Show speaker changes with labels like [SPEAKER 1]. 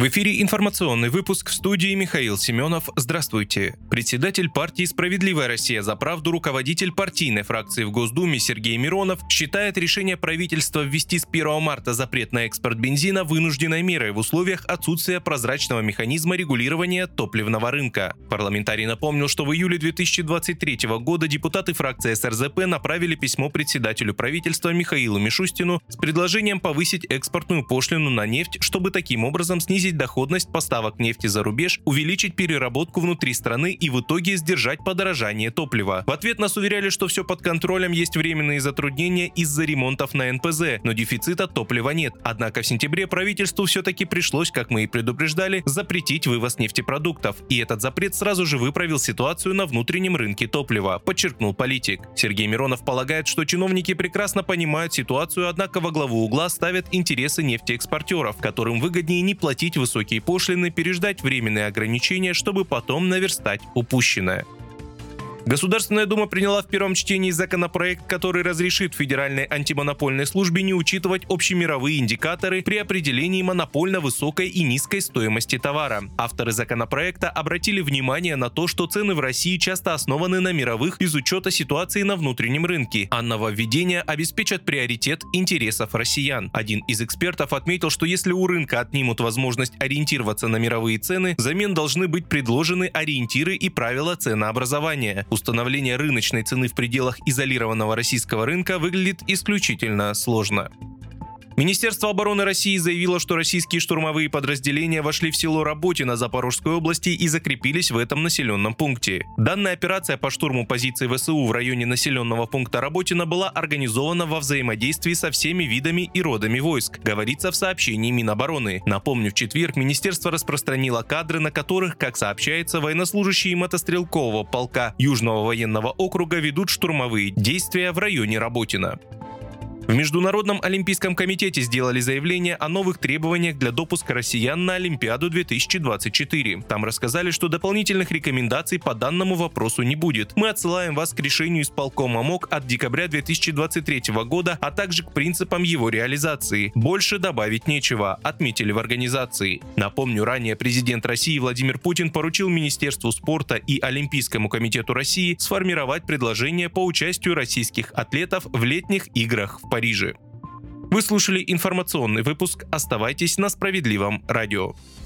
[SPEAKER 1] В эфире информационный выпуск, в студии Михаил Семенов. Здравствуйте. Председатель партии «Справедливая Россия за правду», руководитель партийной фракции в Госдуме Сергей Миронов считает решение правительства ввести с 1 марта запрет на экспорт бензина вынужденной мерой в условиях отсутствия прозрачного механизма регулирования топливного рынка. Парламентарий напомнил, что в июле 2023 года депутаты фракции СРЗП направили письмо председателю правительства Михаилу Мишустину с предложением повысить экспортную пошлину на нефть, чтобы таким образом снизить доходность поставок нефти за рубеж, увеличить переработку внутри страны и в итоге сдержать подорожание топлива. В ответ нас уверяли, что все под контролем, есть временные затруднения из-за ремонтов на НПЗ, но дефицита топлива нет. Однако в сентябре правительству все-таки пришлось, как мы и предупреждали, запретить вывоз нефтепродуктов. И этот запрет сразу же выправил ситуацию на внутреннем рынке топлива, подчеркнул политик. Сергей Миронов полагает, что чиновники прекрасно понимают ситуацию, однако во главу угла ставят интересы нефтеэкспортеров, которым выгоднее не платить высокие пошлины, переждать временные ограничения, чтобы потом наверстать упущенное. Государственная Дума приняла в первом чтении законопроект, который разрешит Федеральной антимонопольной службе не учитывать общемировые индикаторы при определении монопольно высокой и низкой стоимости товара. Авторы законопроекта обратили внимание на то, что цены в России часто основаны на мировых без учета ситуации на внутреннем рынке, а нововведения обеспечат приоритет интересов россиян. Один из экспертов отметил, что если у рынка отнимут возможность ориентироваться на мировые цены, взамен должны быть предложены ориентиры и правила ценообразования. Установление рыночной цены в пределах изолированного российского рынка выглядит исключительно сложно. Министерство обороны России заявило, что российские штурмовые подразделения вошли в село Работино Запорожской области и закрепились в этом населенном пункте. Данная операция по штурму позиций ВСУ в районе населенного пункта Работино была организована во взаимодействии со всеми видами и родами войск, говорится в сообщении Минобороны. Напомню, в четверг министерство распространило кадры, на которых, как сообщается, военнослужащие мотострелкового полка Южного военного округа ведут штурмовые действия в районе Работино. В Международном олимпийском комитете сделали заявление о новых требованиях для допуска россиян на Олимпиаду 2024. Там рассказали, что дополнительных рекомендаций по данному вопросу не будет. Мы отсылаем вас к решению исполкома МОК от декабря 2023 года, а также к принципам его реализации. Больше добавить нечего, отметили в организации. Напомню, ранее президент России Владимир Путин поручил Министерству спорта и Олимпийскому комитету России сформировать предложение по участию российских атлетов в летних играх в Париже. Вы слушали информационный выпуск. Оставайтесь на Справедливом радио.